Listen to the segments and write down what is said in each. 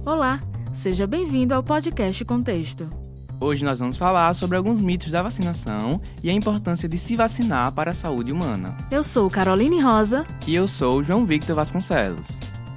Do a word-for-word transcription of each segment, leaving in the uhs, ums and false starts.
Olá, seja bem-vindo ao podcast Contexto. Hoje nós vamos falar sobre alguns mitos da vacinação e a importância de se vacinar para a saúde humana. Eu sou Caroline Rosa. E eu sou João Victor Vasconcelos.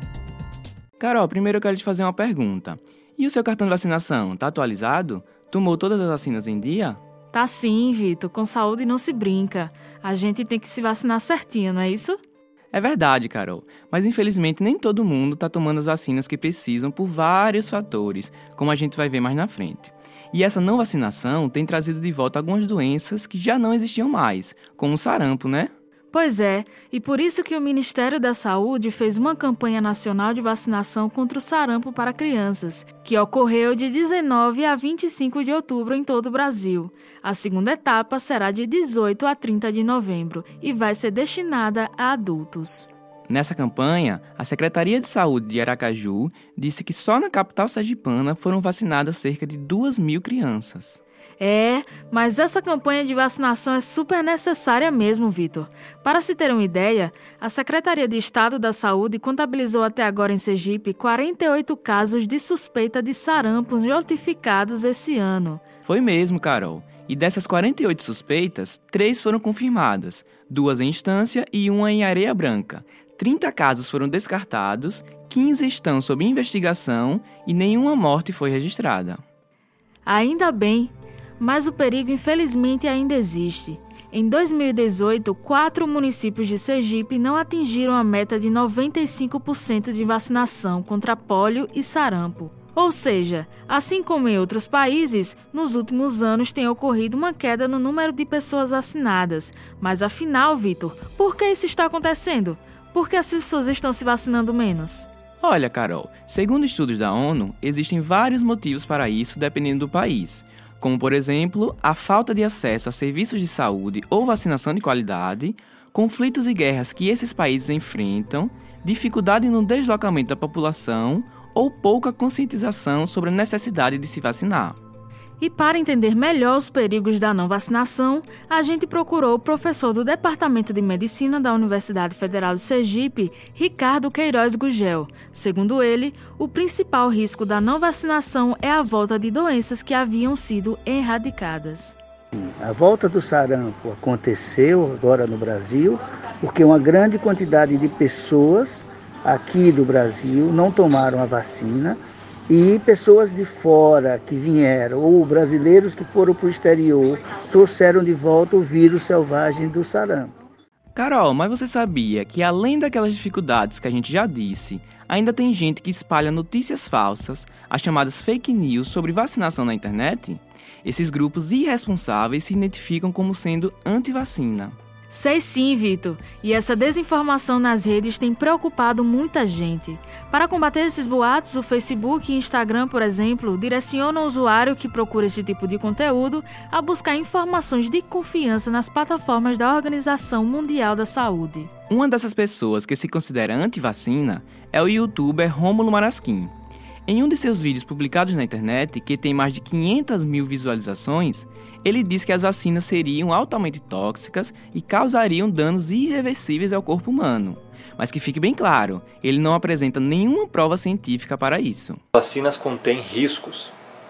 Carol, primeiro eu quero te fazer uma pergunta. E o seu cartão de vacinação, tá atualizado? Tomou todas as vacinas em dia? Tá sim, Vitor, com saúde não se brinca. A gente tem que se vacinar certinho, não é isso? É verdade, Carol, mas infelizmente nem todo mundo está tomando as vacinas que precisam por vários fatores, como a gente vai ver mais na frente. E essa não vacinação tem trazido de volta algumas doenças que já não existiam mais, como o sarampo, né? Pois é, e por isso que o Ministério da Saúde fez uma campanha nacional de vacinação contra o sarampo para crianças, que ocorreu de dezenove a vinte e cinco de outubro em todo o Brasil. A segunda etapa será de dezoito a trinta de novembro e vai ser destinada a adultos. Nessa campanha, a Secretaria de Saúde de Aracaju disse que só na capital sergipana foram vacinadas cerca de duas mil crianças. É, mas essa campanha de vacinação é super necessária mesmo, Vitor. Para se ter uma ideia, a Secretaria de Estado da Saúde contabilizou até agora em Sergipe quarenta e oito casos de suspeita de sarampo notificados esse ano. Foi mesmo, Carol. E dessas quarenta e oito suspeitas, três foram confirmadas, duas em Estância e uma em Areia Branca. trinta casos foram descartados, quinze estão sob investigação e nenhuma morte foi registrada. Ainda bem, mas o perigo infelizmente ainda existe. Em dois mil e dezoito, quatro municípios de Sergipe não atingiram a meta de noventa e cinco por cento de vacinação contra pólio e sarampo. Ou seja, assim como em outros países, nos últimos anos tem ocorrido uma queda no número de pessoas vacinadas. Mas afinal, Vitor, por que isso está acontecendo? Por que as pessoas estão se vacinando menos? Olha, Carol, segundo estudos da ONU, existem vários motivos para isso dependendo do país, como, por exemplo, a falta de acesso a serviços de saúde ou vacinação de qualidade, conflitos e guerras que esses países enfrentam, dificuldade no deslocamento da população ou pouca conscientização sobre a necessidade de se vacinar. E para entender melhor os perigos da não vacinação, a gente procurou o professor do Departamento de Medicina da Universidade Federal de Sergipe, Ricardo Queiroz Gugel. Segundo ele, o principal risco da não vacinação é a volta de doenças que haviam sido erradicadas. A volta do sarampo aconteceu agora no Brasil porque uma grande quantidade de pessoas aqui do Brasil não tomaram a vacina, e pessoas de fora que vieram, ou brasileiros que foram para o exterior, trouxeram de volta o vírus selvagem do sarampo. Carol, mas você sabia que além daquelas dificuldades que a gente já disse, ainda tem gente que espalha notícias falsas, as chamadas fake news sobre vacinação na internet? Esses grupos irresponsáveis se identificam como sendo anti-vacina. Sei sim, Vitor. E essa desinformação nas redes tem preocupado muita gente. Para combater esses boatos, o Facebook e Instagram, por exemplo, direcionam o usuário que procura esse tipo de conteúdo a buscar informações de confiança nas plataformas da Organização Mundial da Saúde. Uma dessas pessoas que se considera anti-vacina é o youtuber Rômulo Marasquim. Em um de seus vídeos publicados na internet, que tem mais de quinhentas mil visualizações, ele diz que as vacinas seriam altamente tóxicas e causariam danos irreversíveis ao corpo humano. Mas que fique bem claro, ele não apresenta nenhuma prova científica para isso. Vacinas contêm riscos.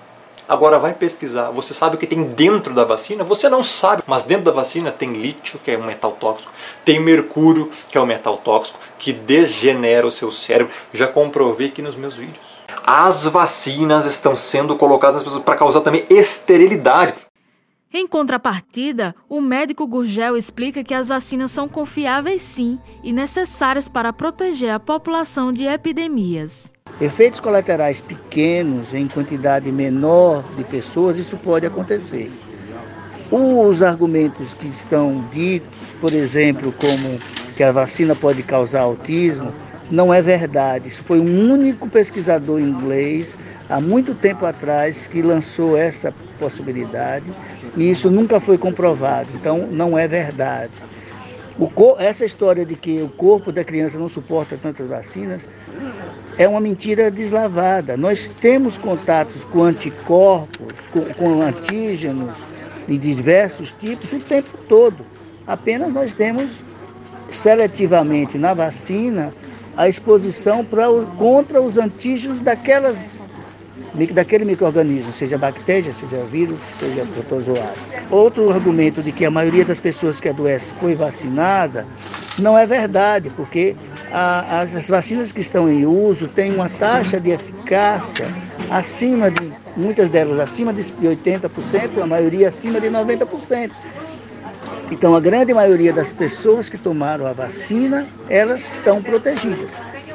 Agora vai pesquisar, você sabe o que tem dentro da vacina? Você não sabe, mas dentro da vacina tem lítio, que é um metal tóxico, tem mercúrio, que é um metal tóxico, que degenera o seu cérebro. Já comprovei aqui nos meus vídeos. As vacinas estão sendo colocadas nas pessoas para causar também esterilidade. Em contrapartida, o médico Gurgel explica que as vacinas são confiáveis sim e necessárias para proteger a população de epidemias. Efeitos colaterais pequenos, em quantidade menor de pessoas, isso pode acontecer. Os argumentos que estão ditos, por exemplo, como que a vacina pode causar autismo, não é verdade. Isso foi um único pesquisador inglês, há muito tempo atrás, que lançou essa possibilidade, e isso nunca foi comprovado, então não é verdade. O cor... Essa história de que o corpo da criança não suporta tantas vacinas é uma mentira deslavada. Nós temos contatos com anticorpos, com, com antígenos de diversos tipos o tempo todo. Apenas nós temos seletivamente na vacina a exposição pra, contra os antígenos daquelas, daquele micro-organismo, seja bactéria, seja vírus, seja protozoário. Outro argumento de que a maioria das pessoas que adoecem foi vacinada não é verdade, porque a, as, as vacinas que estão em uso têm uma taxa de eficácia acima de, muitas delas acima de oitenta por cento, a maioria acima de noventa por cento. Então, a grande maioria das pessoas que tomaram a vacina, elas estão protegidas.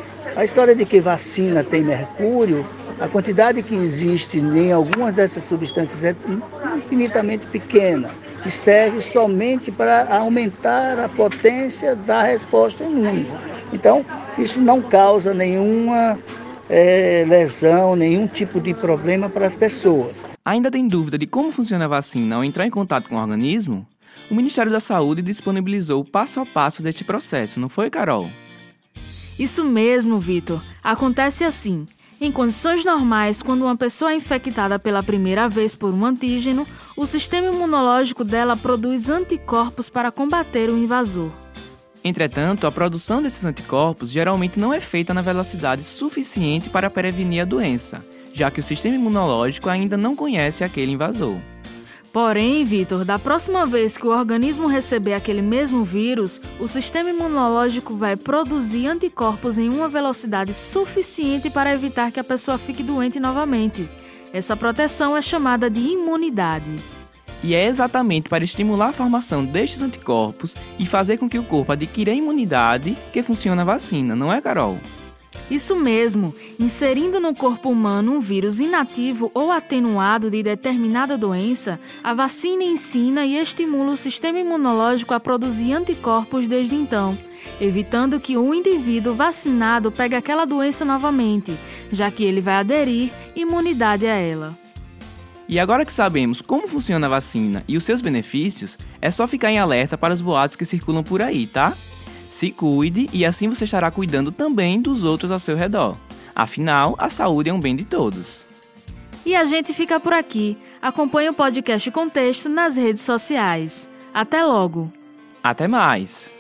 A história de que vacina tem mercúrio, a quantidade que existe em algumas dessas substâncias é infinitamente pequena e serve somente para aumentar a potência da resposta imune. Então, isso não causa nenhuma é, lesão, nenhum tipo de problema para as pessoas. Ainda tem dúvida de como funciona a vacina ao entrar em contato com o organismo? O Ministério da Saúde disponibilizou o passo a passo deste processo, não foi, Carol? Isso mesmo, Vitor. Acontece assim. Em condições normais, quando uma pessoa é infectada pela primeira vez por um antígeno, o sistema imunológico dela produz anticorpos para combater o invasor. Entretanto, a produção desses anticorpos geralmente não é feita na velocidade suficiente para prevenir a doença, já que o sistema imunológico ainda não conhece aquele invasor. Porém, Vitor, da próxima vez que o organismo receber aquele mesmo vírus, o sistema imunológico vai produzir anticorpos em uma velocidade suficiente para evitar que a pessoa fique doente novamente. Essa proteção é chamada de imunidade. E é exatamente para estimular a formação destes anticorpos e fazer com que o corpo adquira a imunidade que funciona a vacina, não é, Carol? Isso mesmo, inserindo no corpo humano um vírus inativo ou atenuado de determinada doença, a vacina ensina e estimula o sistema imunológico a produzir anticorpos desde então, evitando que o indivíduo vacinado pegue aquela doença novamente, já que ele vai aderir imunidade a ela. E agora que sabemos como funciona a vacina e os seus benefícios, é só ficar em alerta para os boatos que circulam por aí, tá? Se cuide e assim você estará cuidando também dos outros ao seu redor. Afinal, a saúde é um bem de todos. E a gente fica por aqui. Acompanhe o podcast Contexto nas redes sociais. Até logo! Até mais!